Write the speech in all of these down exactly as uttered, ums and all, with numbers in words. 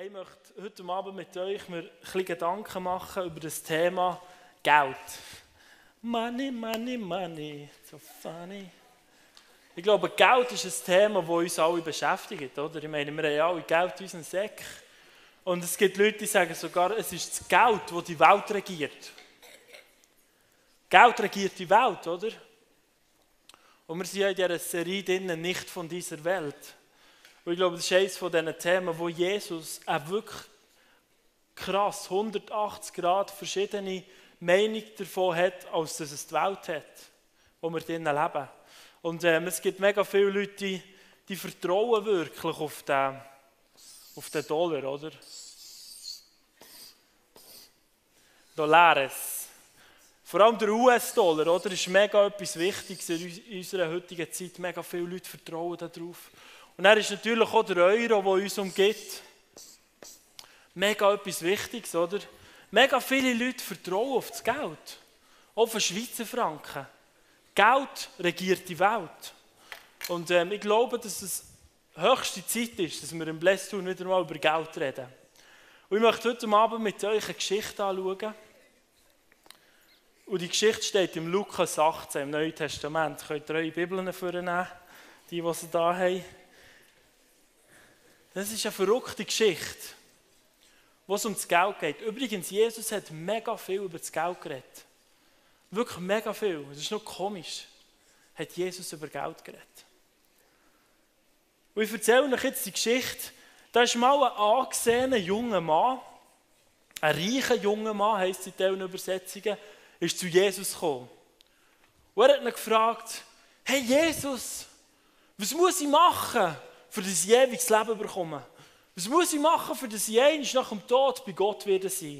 Ich möchte heute Abend mit euch mir ein bisschen Gedanken machen über das Thema Geld. Money, money, money, so funny. Ich glaube, Geld ist ein Thema, das uns alle beschäftigt, oder? Ich meine, wir haben ja alle Geld in unseren Säcken. Und es gibt Leute, die sagen sogar, es ist das Geld, das die Welt regiert. Geld regiert die Welt, oder? Und wir sind ja in dieser Serie drin, nicht von dieser Welt. Und ich glaube, das ist eines von diesen Themen, wo Jesus auch wirklich krass hundertachtzig Grad verschiedene Meinungen davon hat, als dass es die Welt hat, wo wir drinnen leben. Und ähm, es gibt mega viele Leute, die, die vertrauen wirklich auf den, auf den Dollar, oder? Dollares. Vor allem der U S-Dollar, oder? Ist mega etwas Wichtiges in unserer heutigen Zeit. Mega viele Leute vertrauen darauf. Und dann ist natürlich auch der Euro, der uns umgibt, mega etwas Wichtiges, oder? Mega viele Leute vertrauen auf das Geld, auch auf den Schweizer Franken. Geld regiert die Welt. Und ähm, ich glaube, dass es höchste Zeit ist, dass wir im Blästun wieder mal über Geld reden. Und ich möchte heute Abend mit euch eine Geschichte anschauen. Und die Geschichte steht im Lukas achtzehn, im Neuen Testament. Ihr könnt eure Bibeln vornehmen, die, die sie da haben. Das ist eine verrückte Geschichte, wo es um das Geld geht. Übrigens, Jesus hat mega viel über das Geld geredet. Wirklich mega viel. Das ist noch komisch. Hat Jesus über Geld geredet. Und ich erzähle euch jetzt die Geschichte. Da ist mal ein angesehener junger Mann, ein reicher junger Mann, heisst es in diesen Übersetzungen, ist zu Jesus gekommen. Und er hat ihn gefragt, hey Jesus, was muss ich machen, für das ich ewiges Leben bekomme? Was muss ich machen, für das ich einmal nach dem Tod bei Gott werde sein?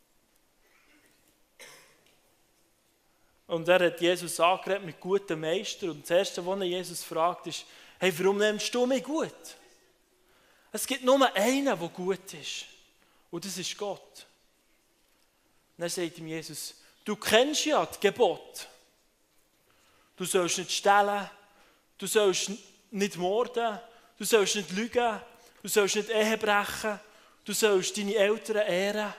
Und er hat Jesus angeredet mit guten Meistern. Und das Erste, was er Jesus fragt, ist, hey, warum nimmst du mich gut? Es gibt nur einen, der gut ist. Und das ist Gott. Und dann sagt ihm Jesus, du kennst ja die Gebote. Du sollst nicht stehlen, du sollst nicht morden, du sollst nicht lügen, du sollst nicht Ehe brechen, du sollst deine Eltern ehren.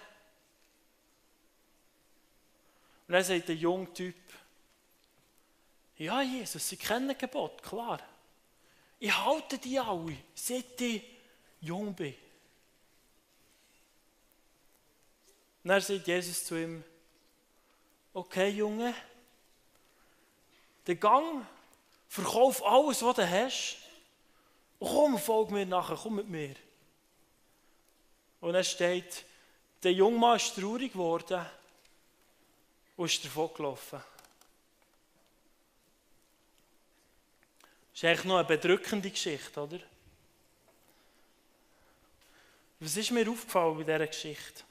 Und dann sagt der junge Typ, ja Jesus, ich kenne Gebot, klar. Ich halte die alle, seit ich jung bin. Und dann sagt Jesus zu ihm, okay Junge, dann gang, verkauf alles, was du hast, und komm, folg mir nachher, komm mit mir. Und dann steht, der junge Mann ist traurig geworden und ist davon gelaufen. Das ist eigentlich noch eine bedrückende Geschichte, oder? Was ist mir aufgefallen bei dieser Geschichte?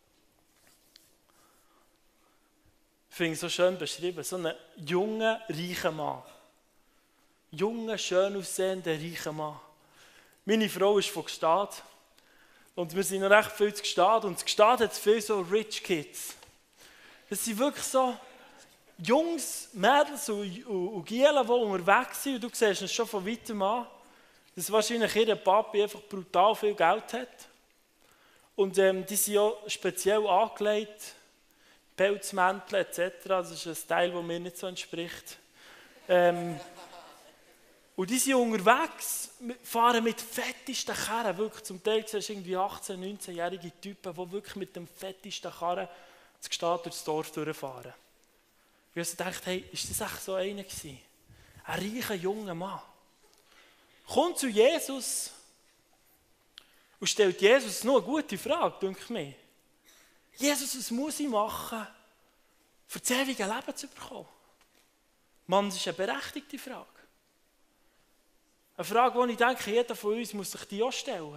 Ich finde es so schön beschrieben, so ein junger, reicher Mann. Junger, schön aussehender, reicher Mann. Meine Frau ist von Gstaad und wir sind noch recht viel zu Gstaad und Gstaad hat viele so Rich Kids. Das sind wirklich so Jungs, Mädels und, und, und Gielen, die unterwegs sind und du siehst es schon von weitem an, dass wahrscheinlich ihr Papi einfach brutal viel Geld hat. Und ähm, die sind ja speziell angelegt, Pelzmäntel et cetera. Das ist ein Teil, der mir nicht so entspricht. Ähm, und die sind unterwegs, fahren mit fettesten Karren, wirklich zum Teil siehst du irgendwie achtzehn-, neunzehnjährige Typen, die wirklich mit dem fettesten Karren zu Gstaad durchs Dorf durchfahren. Und ich dachte, hey, ist das echt so einer gewesen? Ein reicher, junger Mann. Kommt zu Jesus und stellt Jesus noch eine gute Frage, denke ich mir. Jesus, was muss ich machen, für das ewige Leben zu bekommen? Mann, das ist eine berechtigte Frage. Eine Frage, die ich denke, jeder von uns muss sich die auch stellen.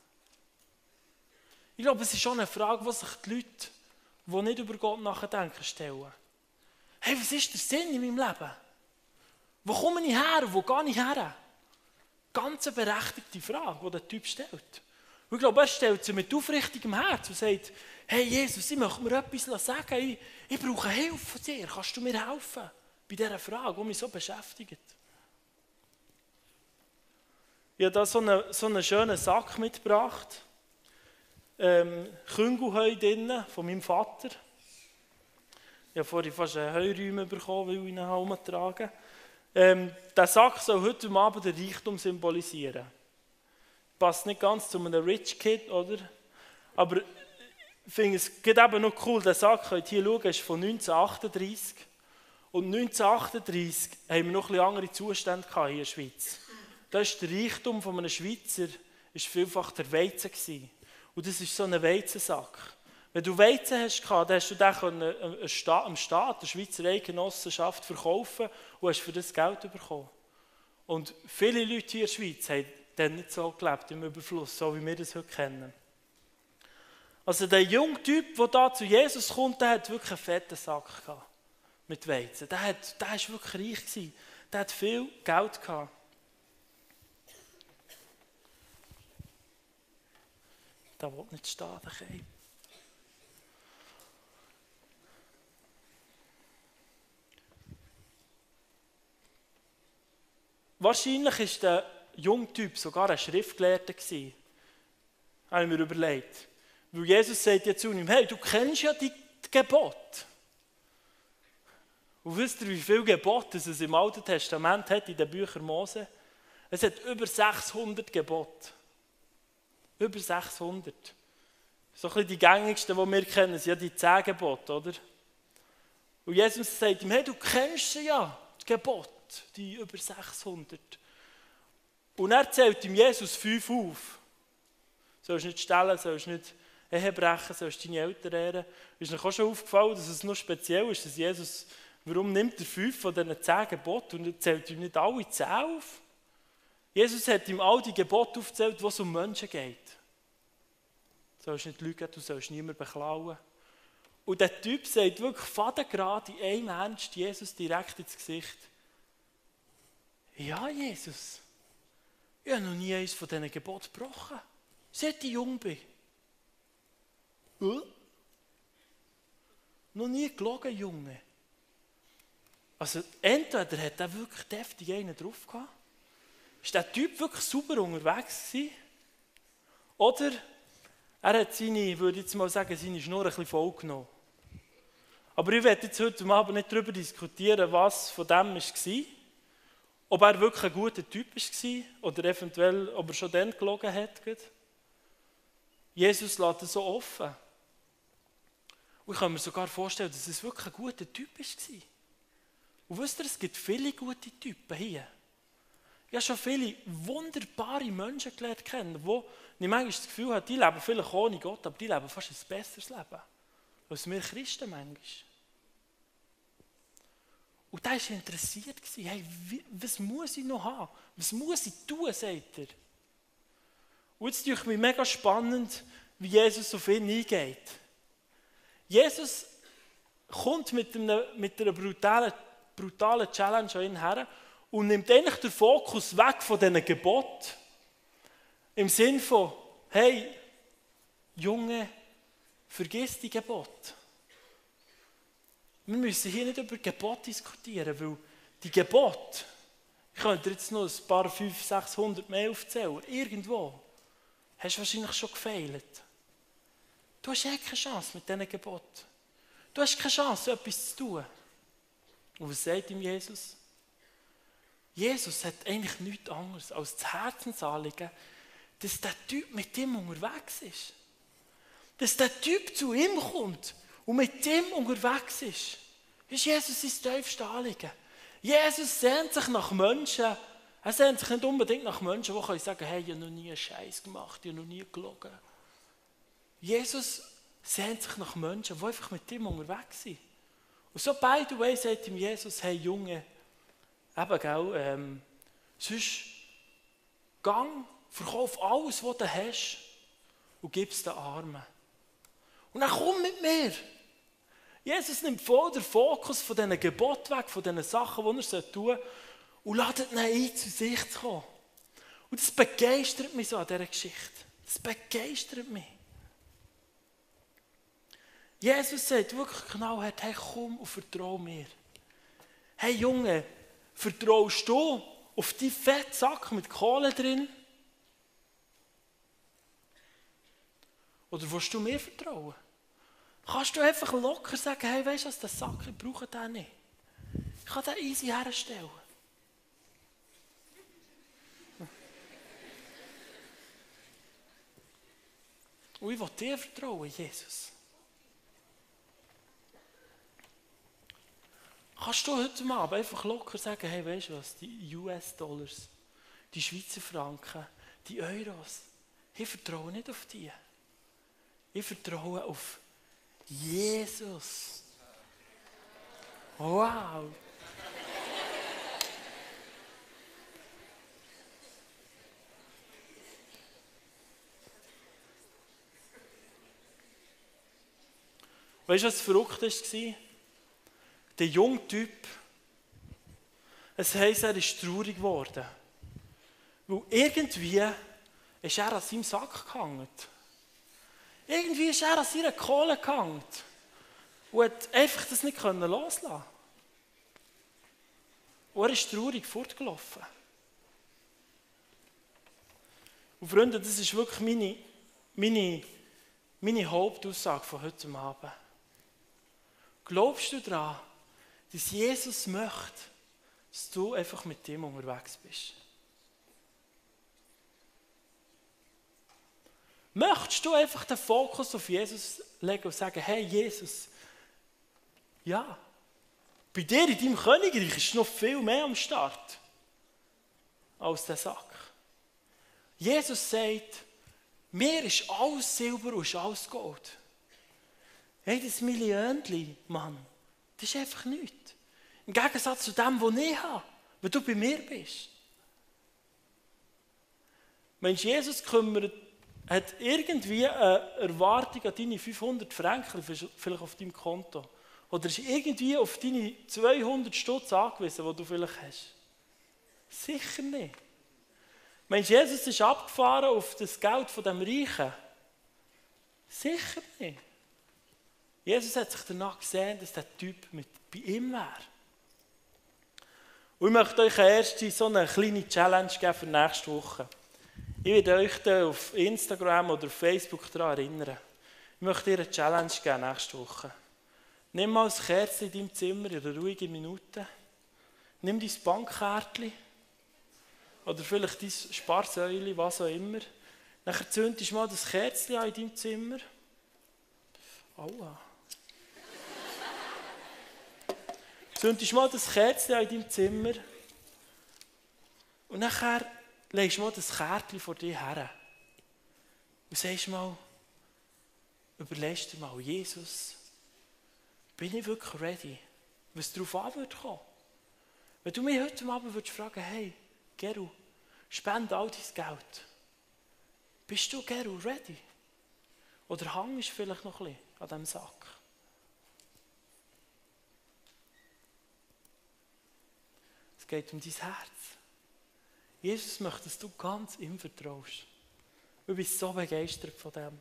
Ich glaube, es ist schon eine Frage, die sich die Leute, die nicht über Gott nachdenken, stellen. Hey, was ist der Sinn in meinem Leben? Wo komme ich her und wo gehe ich her? Ganz eine berechtigte Frage, die der Typ stellt. Und ich glaube, er stellt sie mit aufrichtigem Herz und sagt, hey Jesus, ich möchte mir etwas sagen, ich, ich brauche Hilfe von dir, kannst du mir helfen? Bei dieser Frage, die mich so beschäftigt. Ich habe da so einen, so einen schönen Sack mitgebracht. ähm, Küngelheu drin von meinem Vater. Ich habe vorhin fast einen Heuräume bekommen, weil ich ihn herumtrage. Ähm, der Sack soll heute Abend den Reichtum symbolisieren. Passt nicht ganz zu einem Rich Kid, oder? Aber ich finde es geht eben noch cool, der Sack, könnt ihr hier schauen, ist von neunzehnhundertachtunddreissig. Und neunzehnhundertachtunddreissig haben wir noch ein bisschen andere Zustände hier in der Schweiz. Da ist der Reichtum von einem Schweizer ist vielfach der Weizen gewesen. Und das ist so ein Weizensack. Wenn du Weizen hast, dann hast du den am Staat, der Schweizer Eidgenossenschaft, verkaufen und hast für das Geld bekommen. Und viele Leute hier in der Schweiz haben dann nicht so gelebt, im Überfluss, so wie wir das heute kennen. Also der junge Typ, der da zu Jesus kommt, der hat wirklich einen fetten Sack gehabt mit Weizen. Der, hat, der war wirklich reich gewesen. Der hat viel Geld gehabt. Der will nicht stehen, der Kai. Wahrscheinlich war der junge Typ sogar ein Schriftgelehrter gewesen. Habe ich mir überlegt. Weil Jesus sagt ja zu ihm, hey, du kennst ja die Gebote. Und wisst ihr, wie viele Gebote es im Alten Testament hat, in den Büchern Mose? Es hat über sechshundert Gebote. Über sechshundert. So ein bisschen die gängigsten, die wir kennen, sind ja die zehn Gebote, oder? Und Jesus sagt ihm, hey, du kennst sie ja, die Gebote, die über sechshundert. Und er zählt ihm Jesus fünf auf. Sollst nicht stehlen, sollst nicht Ehe brechen, sollst deine Eltern ehren. Ist dir auch schon aufgefallen, dass es noch speziell ist, dass Jesus, warum nimmt er fünf von diesen zehn Geboten und zählt ihm nicht alle zehn auf? Jesus hat ihm all die Gebote aufgezählt, wo es um Menschen geht. Du sollst nicht lügen, du sollst niemanden beklauen. Und der Typ sagt wirklich fadengerade in einem Ernst Jesus direkt ins Gesicht. Ja, Jesus, ich habe noch nie eines von diesen Geboten gebrochen, seit ich jung bin. Hm? Noch nie gelogen, Junge. Also entweder hat er wirklich deftig einen drauf gehabt, ist der Typ wirklich super unterwegs gewesen, oder er hat seine, würde ich jetzt mal sagen, seine Schnur ein bisschen voll genommen. Aber ich werde jetzt heute Abend nicht darüber diskutieren, was von dem war. Ob er wirklich ein guter Typ war oder eventuell, ob er schon dann gelogen hat. Jesus lässt es so offen. Und ich kann mir sogar vorstellen, dass es wirklich ein guter Typ war. Und wisst ihr, es gibt viele gute Typen hier. Ich habe schon viele wunderbare Menschen gelernt kennen, die ich manchmal das Gefühl habe, die leben vielleicht ohne Gott, aber die leben fast ein besseres Leben als wir Christen manchmal. Und da war interessiert, hey, wie, was muss ich noch haben? Was muss ich tun, sagt er. Und jetzt finde ich mich mega spannend, wie Jesus auf ihn eingeht. Jesus kommt mit, einem, mit einer brutalen, brutalen Challenge an ihn her und nimmt eigentlich den Fokus weg von diesen Geboten. Im Sinn von, hey, Junge, vergiss die Gebote. Wir müssen hier nicht über Gebote diskutieren, weil die Gebote, ich könnte jetzt noch ein paar fünfhundert, sechshundert mehr aufzählen, irgendwo, hast du wahrscheinlich schon gefailt. Du hast eh keine Chance mit diesen Geboten. Du hast keine Chance, etwas zu tun. Und was sagt ihm Jesus? Jesus hat eigentlich nichts anderes als das Herzensanliegen, dass der Typ mit ihm unterwegs ist. Dass der Typ zu ihm kommt und mit ihm unterwegs ist. Das ist Jesus sein tiefstes Anliegen. Jesus sehnt sich nach Menschen, er sehnt sich nicht unbedingt nach Menschen, die können sagen, hey, ich habe noch nie einen Scheiß gemacht, ich habe noch nie gelogen. Jesus sehnt sich nach Menschen, die einfach mit ihm unterwegs sind. Und so by the way sagt ihm Jesus, hey Junge, eben gell, ähm, sonst gang, verkauf alles, was du hast und gib es den Armen. Und dann komm mit mir. Jesus nimmt voll den Fokus von diesen Geboten weg, von diesen Sachen, die er tun soll, und ladet ihn ein, zu sich zu kommen. Und das begeistert mich so an dieser Geschichte. Das begeistert mich. Jesus sagt wirklich genau, hey, komm und vertrau mir. Hey Junge, vertraust du auf die fetten Sack mit Kohle drin? Oder willst du mir vertrauen? Kannst du einfach locker sagen, hey, weißt du was, das Sack, ich brauche den nicht. Ich kann den easy herstellen. Und ich will dir vertrauen, Jesus. Kannst du heute Abend einfach locker sagen, hey, weißt du was, die U S-Dollars, die Schweizer Franken, die Euros, ich vertraue nicht auf die. Ich vertraue auf Jesus. Wow. Weißt du, was verrückt war? Der junge Typ, es heisst, er ist traurig geworden. Weil irgendwie ist er an seinem Sack gehangen. Irgendwie ist er an seiner Kohle gehangen. Und hat einfach das nicht loslassen können. Und er ist traurig fortgelaufen. Und Freunde, das ist wirklich meine, meine, meine Hauptaussage von heute Abend. Glaubst du daran, dass Jesus möchte, dass du einfach mit ihm unterwegs bist? Möchtest du einfach den Fokus auf Jesus legen und sagen, hey Jesus, ja, bei dir in deinem Königreich ist noch viel mehr am Start als der Sack. Jesus sagt, mir ist alles Silber und ist alles Gold. Hey, das Millionchen, Mann, das ist einfach nichts. Im Gegensatz zu dem, was ich habe, wenn du bei mir bist. Mensch, Jesus kümmert, hat irgendwie eine Erwartung an deine fünfhundert Franken, vielleicht auf deinem Konto. Oder ist irgendwie auf deine zweihundert Stutz angewiesen, die du vielleicht hast. Sicher nicht. Mensch, Jesus ist abgefahren auf das Geld von dem Reichen. Sicher nicht. Jesus hat sich danach gesehen, dass der Typ mit bei ihm wäre. Und ich möchte euch eine erste so eine kleine Challenge geben für nächste Woche. Ich werde euch dann auf Instagram oder Facebook daran erinnern. Ich möchte dir eine Challenge geben nächste Woche. Nimm mal ein Kerzchen in deinem Zimmer in einer ruhigen Minute. Nimm dein Bankkärtchen oder vielleicht dein Sparsäule, was auch immer. Dann zündest du mal das Kerzchen an in deinem Zimmer. Aua. Zündest mal das Kerzchen an in deinem Zimmer und nachher legst du mal das Kärtchen vor dir her und sagst mal, überlegst dir mal, Jesus, bin ich wirklich ready, was darauf an wird kommen? Wenn du mich heute Abend würdest fragen, hey, Geru, spende all dein Geld. Bist du, Geru, ready? Oder hängst du vielleicht noch ein bisschen an diesem Sack? Es geht um dein Herz. Jesus möchte, dass du ganz ihm vertraust. Ich bin so begeistert von dem.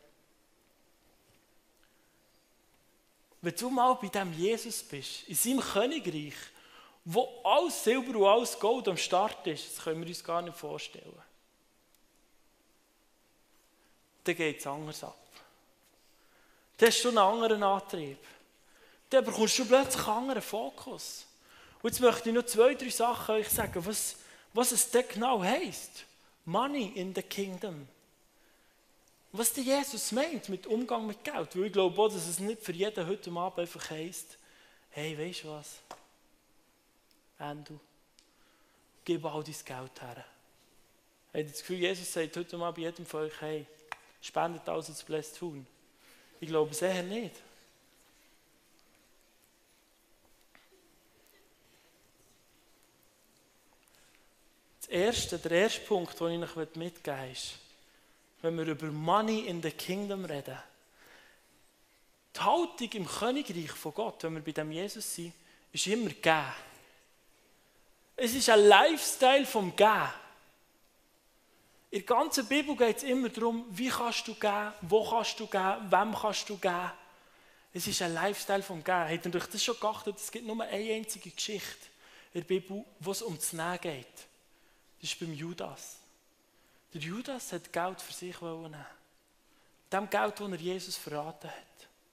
Wenn du mal bei diesem Jesus bist, in seinem Königreich, wo alles Silber und alles Gold am Start ist, das können wir uns gar nicht vorstellen. Dann geht es anders ab. Dann hast du einen anderen Antrieb. Dann bekommst du plötzlich einen anderen Fokus. Und jetzt möchte ich noch zwei, drei Sachen euch sagen, was, was es denn genau heisst. Money in the Kingdom. Was der Jesus meint mit Umgang mit Geld. Weil ich glaube auch, dass es nicht für jeden heute Abend einfach heisst, hey, weißt du was? Andrew, gib all dein Geld her. Habt ihr das Gefühl, Jesus sagt heute Abend jedem von euch, hey, spendet alles ins Blessed Tun? Ich glaube es eher nicht. Das erste, der erste Punkt, den ich euch mitgeben möchte, ist, wenn wir über Money in the Kingdom reden, die Haltung im Königreich von Gott, wenn wir bei dem Jesus sind, ist immer geben. Es ist ein Lifestyle vom Geben. In der ganzen Bibel geht es immer darum, wie kannst du geben, wo kannst du geben, wem kannst du geben. Es ist ein Lifestyle vom Geben. Habt ihr euch das schon geachtet? Es gibt nur eine einzige Geschichte in der Bibel, wo es um das Nehmen geht. Das ist beim Judas. Der Judas hat Geld für sich nehmen. dem Geld, das er Jesus verraten hat.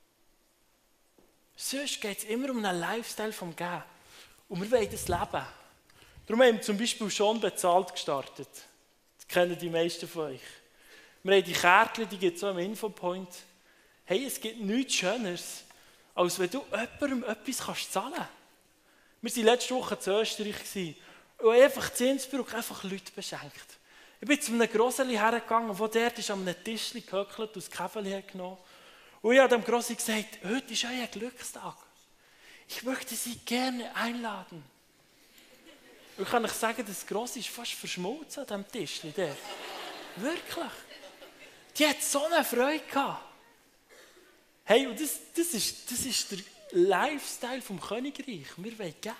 Sonst geht es immer um einen Lifestyle vom Geben. Und wir wollen das leben. Darum haben wir zum Beispiel schon bezahlt gestartet. Das kennen die meisten von euch. Wir haben die Kärtchen, die gibt es so im Infopoint. Hey, es gibt nichts Schöneres, als wenn du jemandem etwas kannst zahlen kannst. Wir waren letzte Woche in Österreich und einfach in Innsbruck einfach Leute beschenkt. Ich bin zu einem Grosseli hergegangen, der dort ist, an einem Tisch gehockt und das Käferli genommen. Und ich habe dem Grossi gesagt, heute ist euer Glückstag. Ich möchte Sie gerne einladen. Und ich kann euch sagen, das Grossi ist fast verschmolzen an diesem Tisch. Dort. Wirklich. Die hat so eine Freude gehabt. Hey, und das, das, ist, das ist der Lifestyle vom Königreich. Wir wollen geben.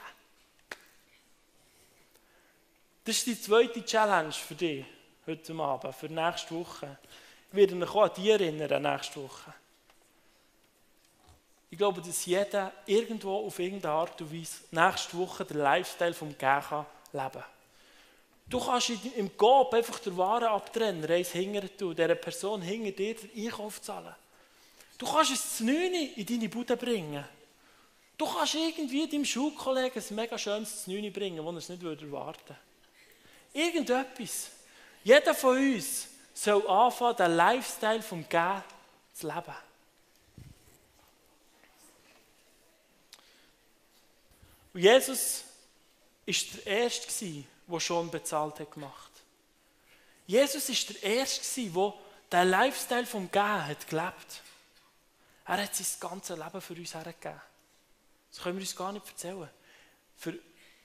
Das ist die zweite Challenge für dich heute Abend, für nächste Woche. Ich werde mich auch an dich erinnern, nächste Woche. Ich glaube, dass jeder irgendwo auf irgendeine Art und Weise nächste Woche den Lifestyle vom Gehen leben kann. Du kannst im Coop einfach der Ware abtrennen, eins hinterher tun, dieser Person hinter dir den Einkauf zahlen. Du kannst es zu neun in deine Bude bringen. Du kannst irgendwie deinem Schulkollegen ein mega schönes zu neun bringen, das er es nicht erwarten würde. Irgendetwas. Jeder von uns soll anfangen, den Lifestyle vom Gehen zu leben. Und Jesus war der Erste, der schon bezahlt hat gemacht. Jesus war der Erste, der den Lifestyle vom Gehen hat gelebt. Er hat sein ganzes Leben für uns hergegeben. Das können wir uns gar nicht erzählen. Für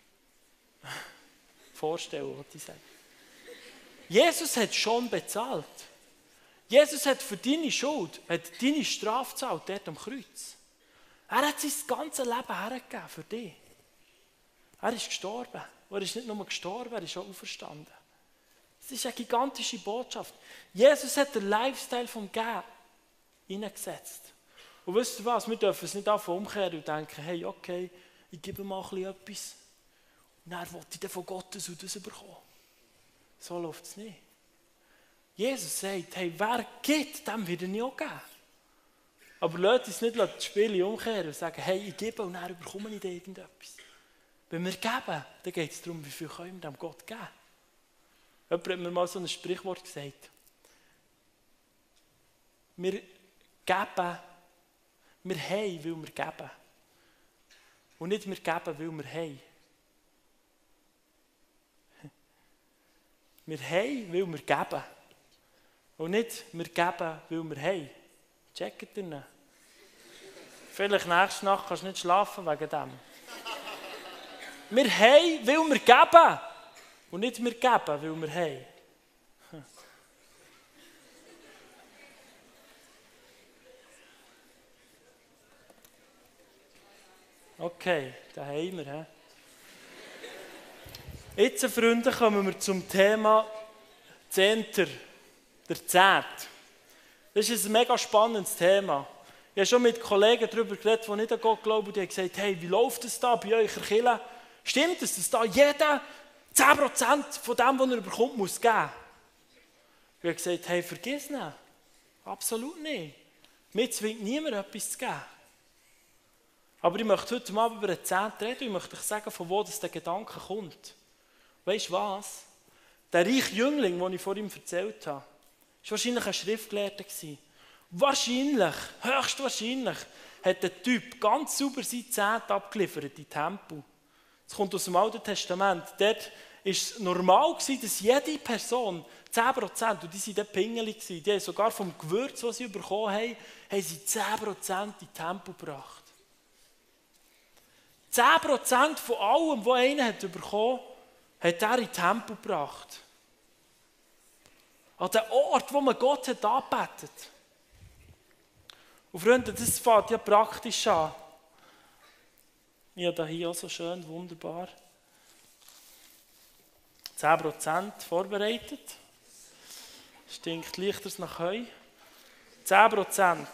Vorstellen, was ich sage. Jesus hat schon bezahlt. Jesus hat für deine Schuld, hat deine Strafe gezahlt, dort am Kreuz. Er hat sein ganzes Leben hergegeben für dich. Er ist gestorben. Er ist nicht nur gestorben, er ist auch auferstanden. Das ist eine gigantische Botschaft. Jesus hat den Lifestyle vom Geben hineingesetzt. Und wisst ihr was, wir dürfen es nicht einfach umkehren und denken, hey, okay, ich gebe mal ein bisschen etwas. Und dann will ich dann von Gottes und das bekommen. So läuft es nicht. Jesus sagt, hey, wer gibt, dem wird er nicht auch geben. Aber lasst uns nicht das Spiel umkehren und sagen, hey, ich gebe und dann bekomme ich irgendetwas. Wenn wir geben, dann geht es darum, wie viel können wir dem Gott geben. Jemand hat mir mal so ein Sprichwort gesagt. Wir geben, wir haben, weil wir geben. Und nicht wir geben, weil wir haben. Wir haben, weil wir geben. Und nicht wir geben, weil wir haben. Checkt ihr nicht? Vielleicht nächste Nacht kannst du nicht schlafen wegen dem. Wir haben, weil wir geben. Und nicht wir geben, weil wir haben. Okay, da haben wir. He? Jetzt, Freunde, kommen wir zum Thema Zehnter, der Zehnt. Das ist ein mega spannendes Thema. Ich habe schon mit Kollegen darüber geredet, die nicht an Gott glauben, und die haben gesagt, hey, wie läuft es da bei euch in der Kirche? Stimmt es, dass da jeder zehn Prozent von dem, was er bekommt, muss geben? Ich habe gesagt, hey, vergiss nicht. Absolut nicht. Mir zwingt niemand, etwas zu geben. Aber ich möchte heute mal über den Zehnten reden und ich möchte euch sagen, von wo das der Gedanke kommt. Weißt du was? Der reiche Jüngling, den ich vor ihm erzählt habe, war wahrscheinlich ein Schriftgelehrter. Wahrscheinlich, höchstwahrscheinlich, hat der Typ ganz sauber sein Zehnt abgeliefert in den Tempel. Das kommt aus dem Alten Testament. Dort war es normal, dass jede Person zehn Prozent, und die waren dort pingelig, die haben sogar vom Gewürz, das sie bekommen haben, haben sie zehn Prozent in den Tempel gebracht. zehn Prozent von allem, was einer hat bekommen hat, hat er in den Tempel gebracht. An den Ort, wo man Gott hat angebetet. Und Freunde, das fängt ja praktisch an. Ich habe das hier auch so schön, wunderbar. zehn Prozent vorbereitet. Stinkt leichter nach Heu. zehn Prozent.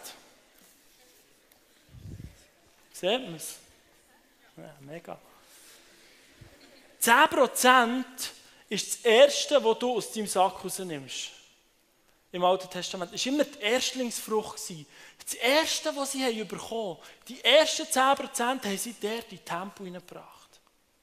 Sieht man es? Ja, mega. zehn Prozent ist das Erste, was du aus deinem Sack rausnimmst. im Alten Testament, war immer die Erstlingsfrucht. Das Erste, was sie haben bekommen haben, die ersten zehn Prozent haben sie dort in den Tempel hineingebracht.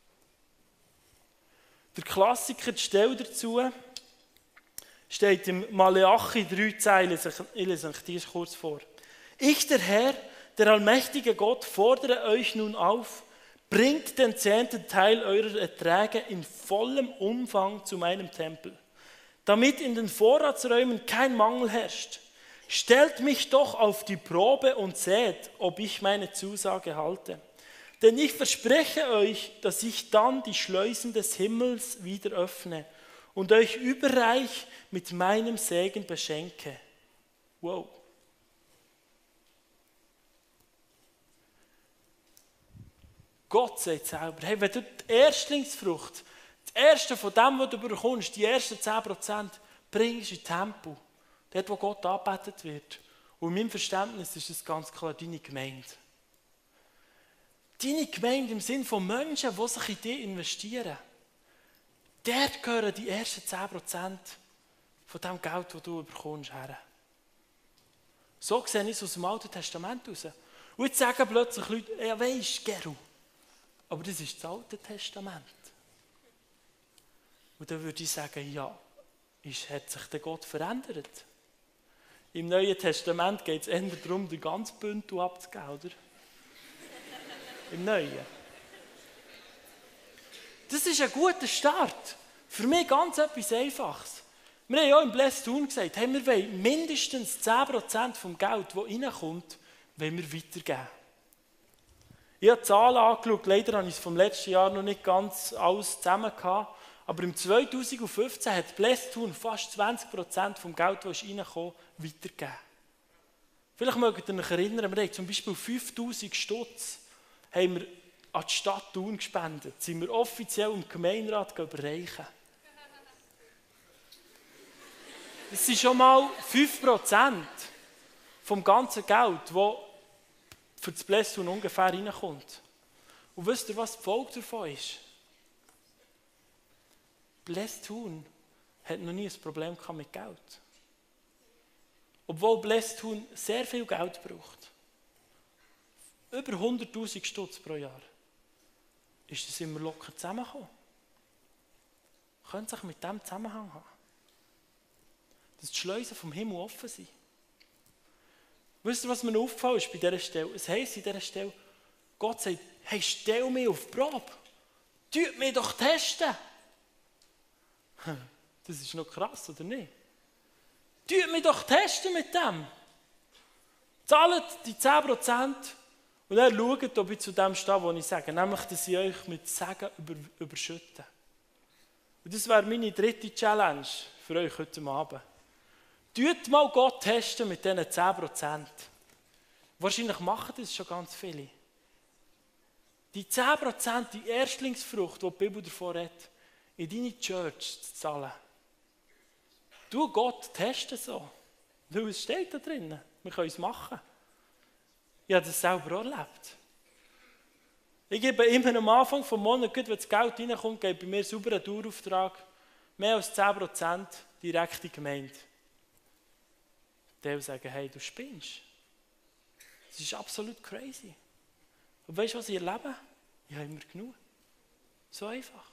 Der Klassiker, die Stelle dazu, steht im Maleachi drei Zeilen. Ich lese euch dies kurz vor. Ich, der Herr, der allmächtige Gott, fordere euch nun auf, bringt den zehnten Teil eurer Erträge in vollem Umfang zu meinem Tempel, damit in den Vorratsräumen kein Mangel herrscht. Stellt mich doch auf die Probe und seht, ob ich meine Zusage halte. Denn ich verspreche euch, dass ich dann die Schleusen des Himmels wieder öffne und euch überreich mit meinem Segen beschenke. Wow. Gott sagt selber, hey, wenn du die Erstlingsfrucht, das Erste von dem, was du bekommst, die ersten zehn Prozent, bringst in den Tempel, dort, wo Gott angebetet wird. Und in meinem Verständnis ist das ganz klar deine Gemeinde. Deine Gemeinde im Sinne von Menschen, die sich in dich investieren. Dort gehören die ersten zehn Prozent von dem Geld, das du bekommst, her. So sehe ich es aus dem Alten Testament raus. Und jetzt sagen plötzlich Leute, ja weisst, Geru, aber das ist das Alte Testament. Und dann würde ich sagen, ja, ist, hat sich der Gott verändert? Im Neuen Testament geht es eher darum, den ganzen Bündel abzugeben, oder? Im Neuen. Das ist ein guter Start. Für mich ganz etwas Einfaches. Wir haben ja im Blessed Tun gesagt, hey, wir wollen mindestens zehn Prozent vom Geld, das reinkommt, wollen wir weitergeben. Ich habe die Zahlen angeschaut, leider habe ich es vom letzten Jahr noch nicht ganz alles zusammen gehabt, aber im zweitausendfünfzehn hat Blessed Tun fast zwanzig Prozent vom Geld, das reinkommt, weitergegeben. Vielleicht mögt ihr euch erinnern, wir haben zum Beispiel fünftausend Stutz haben wir an die Stadt Thun gespendet, sind wir offiziell im Gemeinderat überreichen. Das sind schon mal fünf Prozent vom ganzen Geld, das für das Blessed Tun ungefähr reinkommt. Und wisst ihr, was die Folge davon ist? Blessed Tun hat noch nie ein Problem mit Geld. Obwohl Blessed Tun sehr viel Geld braucht. Über hunderttausend Stutz pro Jahr. Ist das immer locker zusammengekommen? Könnte sich mit dem Zusammenhang haben? Dass die Schleusen vom Himmel offen sind. Wisst ihr, was mir aufgefallen ist bei dieser Stelle? Es heisst in dieser Stelle, Gott sagt, hey, stell mich auf die Probe. Tut mich doch testen. Das ist noch krass, oder nicht? Tut mich doch testen mit dem. Zahlt die zehn Prozent und dann schaut, ob ich zu dem stehe, was ich sage. Nämlich, dass ich euch mit Segen über, überschütte. Und das wäre meine dritte Challenge für euch heute Abend. Tut mal Gott testen mit diesen zehn Prozent. Wahrscheinlich machen das schon ganz viele. Die zehn Prozent, die Erstlingsfrucht, die die Bibel davon redet, in deine Church zu zahlen. Du Gott testen so. Weil es steht da drin. Wir können es machen. Ich habe das selber auch erlebt. Ich gebe immer am Anfang des Monats, wenn das Geld reinkommt, gebe bei mir sauber einen Dauerauftrag. Mehr als zehn Prozent direkt in die Gemeinde. Die sagen, hey, du spinnst. Das ist absolut crazy. Und weißt du, was ich erlebe? Ich habe immer genug. So einfach.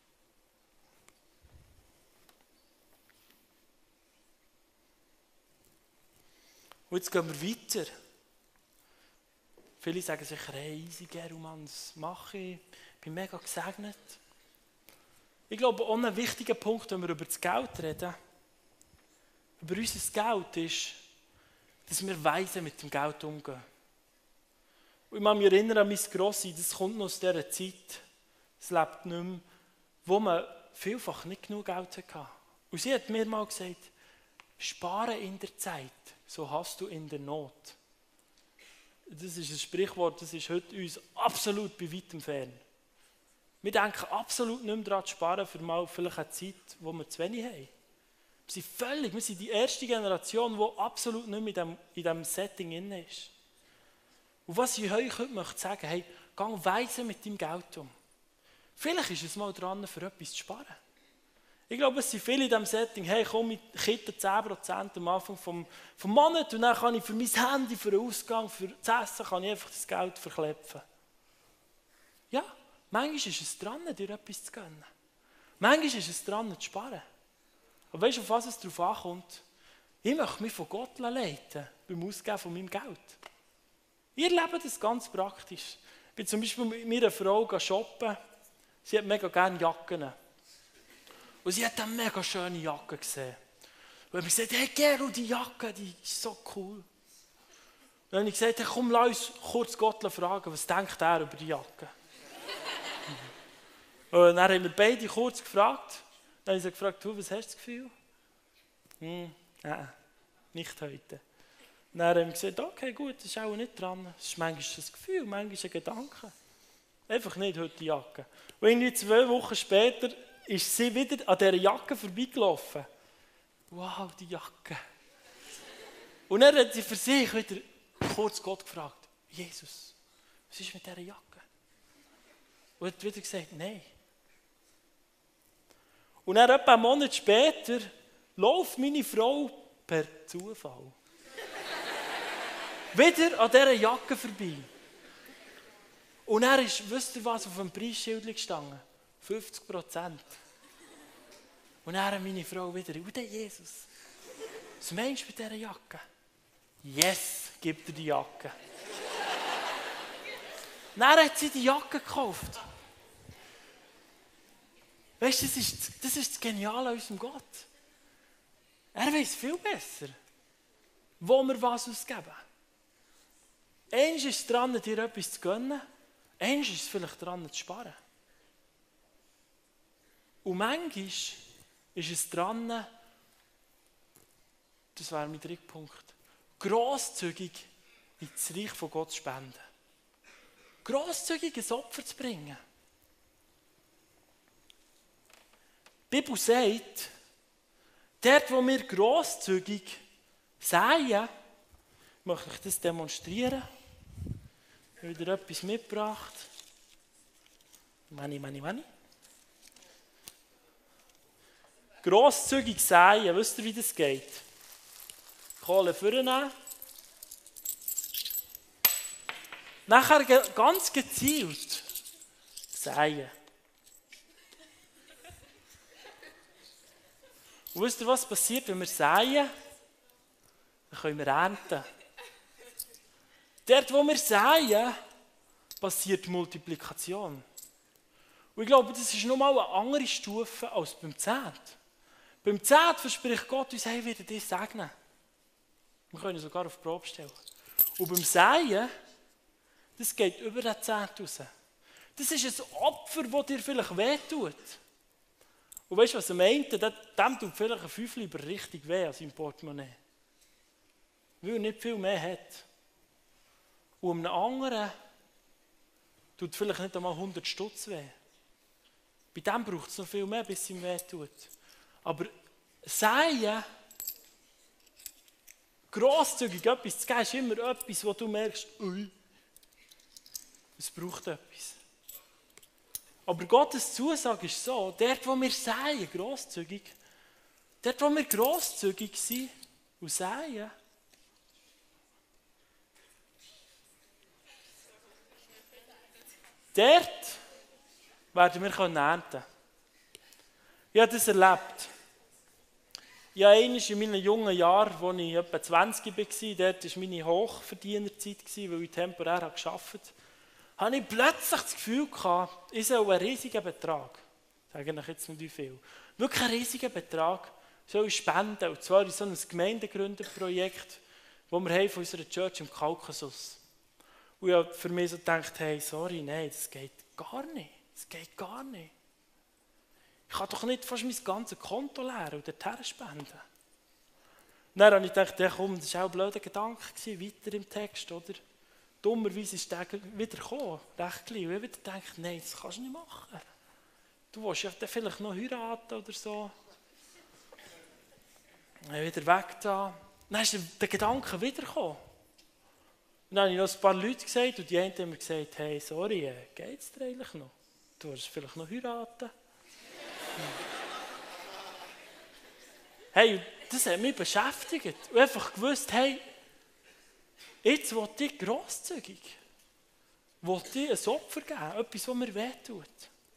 Und jetzt gehen wir weiter. Viele sagen sich, hey, easy, Geru, Mann, das mache ich. Ich bin mega gesegnet. Ich glaube, auch ein wichtiger Punkt, wenn wir über das Geld reden, über unser Geld ist, dass wir weise mit dem Geld umgehen. Und ich kann mich erinnern an mein Grossi, das kommt noch aus dieser Zeit, es lebt nicht mehr, wo man vielfach nicht genug Geld hatte. Und sie hat mir mal gesagt, spare in der Zeit, so hast du in der Not. Das ist ein Sprichwort, das ist heute uns absolut bei weitem fern. Wir denken absolut nicht mehr daran zu sparen für mal vielleicht eine Zeit, wo wir zu wenig haben. Wir sind völlig, wir sind die erste Generation, die absolut nicht mehr in diesem, in diesem Setting drin ist. Und was ich euch heute möchte sagen, hey, geh weise mit deinem Geld um. Vielleicht ist es mal dran, für etwas zu sparen. Ich glaube, es sind viele in diesem Setting, hey, komm, ich kitte zehn Prozent am Anfang vom, vom Monat und dann kann ich für mein Handy, für den Ausgang, für das Essen, kann ich einfach das Geld verklepfen. Ja, manchmal ist es dran, dir etwas zu gönnen. Manchmal ist es dran, zu sparen. Aber weißt du, auf was es darauf ankommt? Ich möchte mich von Gott leiten beim Ausgeben von meinem Geld. Ich erlebe das ganz praktisch. Ich bin zum Beispiel mit meiner Frau shoppen. Sie hat mega gerne Jacken. Und sie hat eine mega schöne Jacke gesehen. Und ich habe gesagt, hey Gero, die Jacke, die ist so cool. Und dann habe ich gesagt, hey, komm, lass uns kurz Gott fragen, was denkt er über die Jacke? Und dann haben wir beide kurz gefragt. Dann habe ich sie gefragt, du, was hast du das Gefühl? Hm, nein, nicht heute. Und dann haben wir gesagt, okay, gut, das ist auch nicht dran. Das ist manchmal ein Gefühl, manchmal ein Gedanke. Einfach nicht heute die Jacke. Und irgendwie zwei Wochen später ist sie wieder an dieser Jacke vorbeigelaufen. Wow, die Jacke. Und dann hat sie für sich wieder kurz Gott gefragt, Jesus, was ist mit dieser Jacke? Und hat wieder gesagt, nein. Und dann etwa einen Monat später läuft meine Frau per Zufall wieder an dieser Jacke vorbei. Und er ist, wisst ihr was, auf dem Preisschild gestanden? fünfzig Prozent. Und dann meine Frau wieder, und der Jesus, was meinst du mit dieser Jacke? Yes, gibt er die Jacke. Dann hat sie die Jacke gekauft. Weißt du, das ist, das ist das Geniale an unserem Gott. Er weiß viel besser, wo wir was ausgeben. Eins ist es dran, dir etwas zu gönnen, eins ist es vielleicht dran, zu sparen. Und manchmal ist es dran, das wäre mein dritter Punkt, grosszügig ins Reich von Gott zu spenden. Grosszügig ein Opfer zu bringen. Die Bibel sagt, dort, wo wir grosszügig säen, möchte ich das demonstrieren. Ich habe wieder etwas mitgebracht. Money, money, money. Grosszügig säen, wisst ihr, wie das geht? Kohle vornehmen. Nachher ganz gezielt säen. Und wisst ihr, was passiert, wenn wir säen? Dann können wir ernten. Dort, wo wir säen, passiert Multiplikation. Und ich glaube, das ist nochmal eine andere Stufe als beim Zehnt. Beim Zehnt verspricht Gott uns, hey, wird er dich segnen. Wir können sogar auf die Probe stellen. Und beim Säen, das geht über den Zehnt raus. Das ist ein Opfer, das dir vielleicht wehtut. Und weißt du, was er meint? Dem tut vielleicht ein Fünfli über richtig weh an seinem Portemonnaie. Weil er nicht viel mehr hat. Und einem anderen tut vielleicht nicht einmal hundert Stutz weh. Bei dem braucht es noch viel mehr, bis es ihm weh tut. Aber Säen, grosszügig etwas zu geben, ist immer etwas, wo du merkst, ui, es braucht etwas. Aber Gottes Zusage ist so, dort, wo wir säen, grosszügig, dort, wo wir grosszügig sind und säen, dort werden wir ernten können. Ich habe das erlebt. Ich habe einmal in meinen jungen Jahren, als ich etwa zwanzig war, dort war meine Hochverdienerzeit, weil ich temporär gearbeitet habe, hatte ich plötzlich das Gefühl gehabt, ich soll einen riesigen Betrag, ich sage euch jetzt nicht wie viel, wirklich einen riesigen Betrag soll ich spenden, und zwar in so einem Gemeindegründerprojekt, das wir haben von unserer Church im Kaukasus. Und ich habe für mich so gedacht, hey, sorry, nein, das geht gar nicht, das geht gar nicht. Ich kann doch nicht fast mein ganzes Konto leeren und dorthin spenden. Und dann habe ich gedacht, ja, komm, das war auch ein blöder Gedanke, weiter im Text, oder? Dummerweise ist der wieder gekommen, recht klein. Und ich habe wieder gedacht, nein, das kannst du nicht machen. Du willst ja dann vielleicht noch heiraten oder so. Dann habe ich wieder weg da. Dann ist der Gedanke wieder gekommen. Und dann habe ich noch ein paar Leute gesagt und die einen haben mir gesagt, hey, sorry, geht es dir eigentlich noch? Du willst vielleicht noch heiraten? Hey, das hat mich beschäftigt. Und einfach gewusst, hey, jetzt will ich grosszügig. Will ich ein Opfer geben, etwas, was mir wehtut.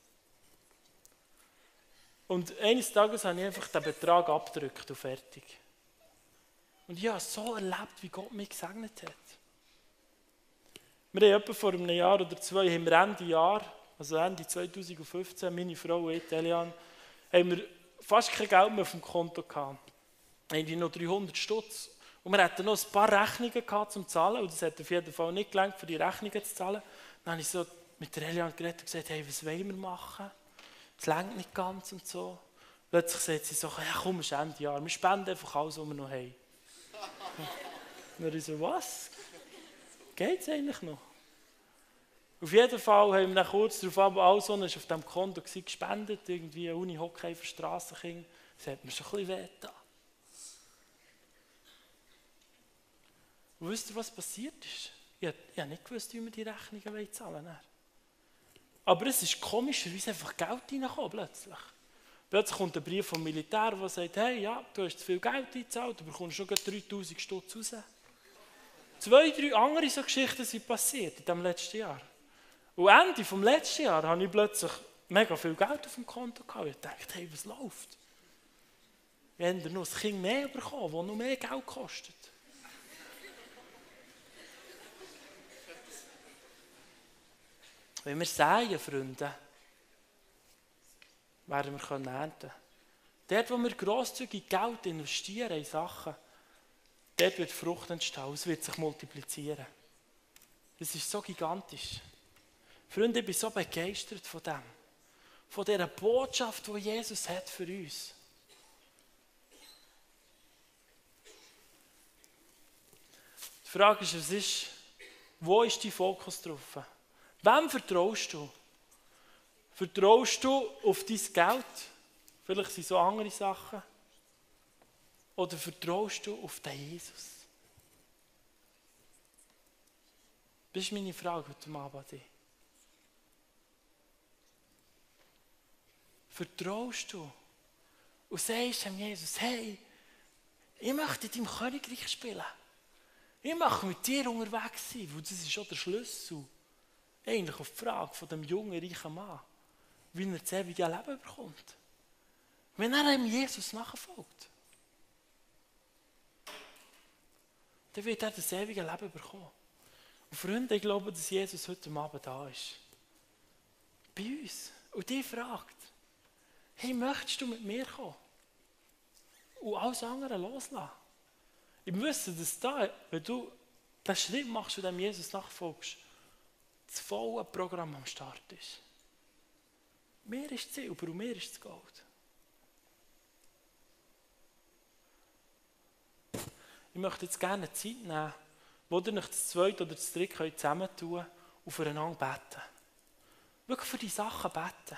Und eines Tages habe ich einfach den Betrag abgedrückt und fertig. Und ich habe so erlebt, wie Gott mich gesegnet hat. Wir haben etwa vor einem Jahr oder zwei, haben wir Ende Jahr, also Ende zwanzig fünfzehn, meine Frau und ich, Elian, haben wir fast kein Geld mehr auf dem Konto gehabt. Haben wir noch dreihundert Stutz. Und wir hatten noch ein paar Rechnungen gehabt zum Zahlen, und das hat auf jeden Fall nicht gelangt, für die Rechnungen zu zahlen. Dann habe ich so mit der Elian geredet und gesagt, hey, was wollen wir machen? Es reicht nicht ganz und so. Plötzlich sagt sie so, ja komm, es ist Ende Jahr, wir spenden einfach alles, was wir noch haben. Und dann ich so, was? Geht es eigentlich noch? Auf jeden Fall haben wir dann kurz darauf ab, alles, was auf diesem Konto war, gespendet, irgendwie eine Uni-Hockey für Strassenkinder. Das hat mir schon ein bisschen wehgetan. Und wisst ihr, was passiert ist? Ich habe nicht gewusst, wie wir die Rechnungen zahlen wollen. Aber es ist komischerweise einfach Geld reingekommen plötzlich. Plötzlich kommt ein Brief vom Militär, der sagt, hey, ja, du hast zu viel Geld eingezahlt, du bekommst schon dreitausend Stutz raus. Zwei, drei andere so Geschichten sind passiert in diesem letzten Jahr. Und Ende des letzten Jahres habe ich plötzlich mega viel Geld auf dem Konto gehabt. Ich dachte, hey, was läuft? Wir haben noch ein Kind mehr bekommen, das noch mehr Geld kostet. Wenn wir säen, Freunde, werden wir ernten können. Dort, wo wir grosszügig Geld investieren in Sachen, dort wird Frucht entstehen, es wird sich multiplizieren. Das ist so gigantisch. Freunde, ich bin so begeistert von dem. Von dieser Botschaft, die Jesus hat für uns. Die Frage ist, was ist, wo ist dein Fokus drauf? Wem vertraust du? Vertraust du auf dein Geld? Vielleicht sind es so andere Sachen. Oder vertraust du auf den Jesus? Das ist meine Frage heute Abend an dich. Vertraust du und sagst dem Jesus, hey, ich möchte in deinem Königreich spielen. Ich möchte mit dir unterwegs sein, weil das ist schon der Schlüssel eigentlich auf die Frage von dem jungen, reichen Mann, wie er das ewige Leben bekommt. Wenn er einem Jesus nachfolgt, dann wird er das ewige Leben bekommen. Und Freunde, ich glaube, dass Jesus heute Abend da ist. Bei uns. Und dich fragt, hey, möchtest du mit mir kommen? Und alles andere loslassen. Ich wüsste, dass da, wenn du den Schritt machst und dem Jesus nachfolgst, das volle Programm am Start ist. Mir ist das Silber und mir ist das Gold. Ich möchte jetzt gerne eine Zeit nehmen, wo ihr euch das zweite oder das dritte zusammentun könnt und füreinander beten. Wirklich für die Sachen beten.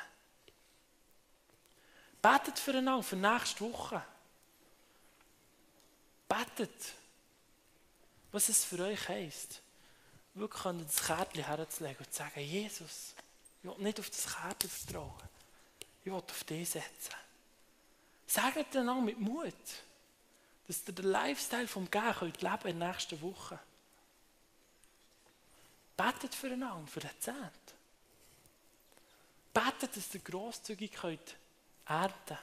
Betet füreinander für nächste Woche. Betet, was es für euch heisst. Wirklich an das Kärtchen herzulegen und zu sagen, Jesus, ich will nicht auf das Kärtchen vertrauen. Ich will auf dich setzen. Sagt einander mit Mut, dass ihr den Lifestyle vom Gehen könnt leben in der nächsten Woche. Betet füreinander, für den Zehnten. Betet, dass ihr grosszügig könnt ernten könnt.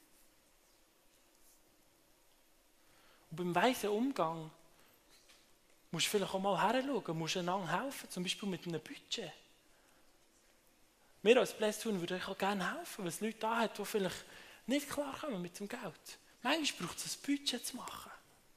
Und beim weisen Umgang musst du vielleicht auch mal heranschauen, musst einander helfen, zum Beispiel mit einem Budget. Wir als Blästhuhn würden euch auch gerne helfen, weil es Leute da hat, die vielleicht nicht klarkommen mit dem Geld. Manchmal braucht es ein Budget zu machen.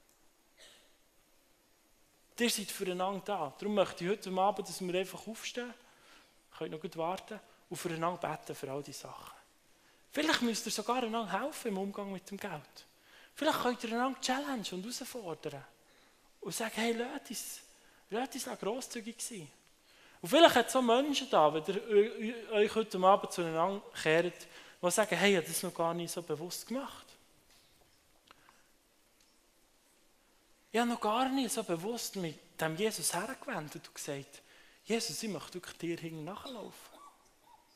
Ihr seid füreinander da. Darum möchte ich heute Abend, dass wir einfach aufstehen, könnt noch gut warten und füreinander beten für all diese Sachen. Vielleicht müsst ihr sogar einander helfen im Umgang mit dem Geld. Vielleicht könnt ihr einander challengen und herausfordern. Und sagen, hey, lasst uns, lasst uns grosszügig sein. Und vielleicht hat es so Menschen da, wenn ihr euch heute Abend zueinander kehrt, die sagen, hey, ich habe das noch gar nicht so bewusst gemacht. Ich habe noch gar nicht so bewusst mit dem Jesus hergewendet und gesagt, Jesus, ich möchte wirklich dir hinten nachlaufen.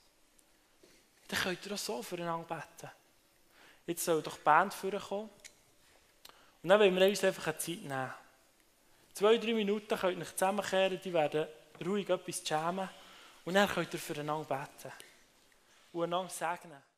Dann könnt ihr auch so füreinander beten. Jetzt soll doch die Band vorkommen. Und dann wollen wir uns einfach eine Zeit nehmen. Zwei, drei Minuten könnt ihr euch zusammenkehren, die werden ruhig etwas jammen. Und dann könnt ihr füreinander beten und einander segnen.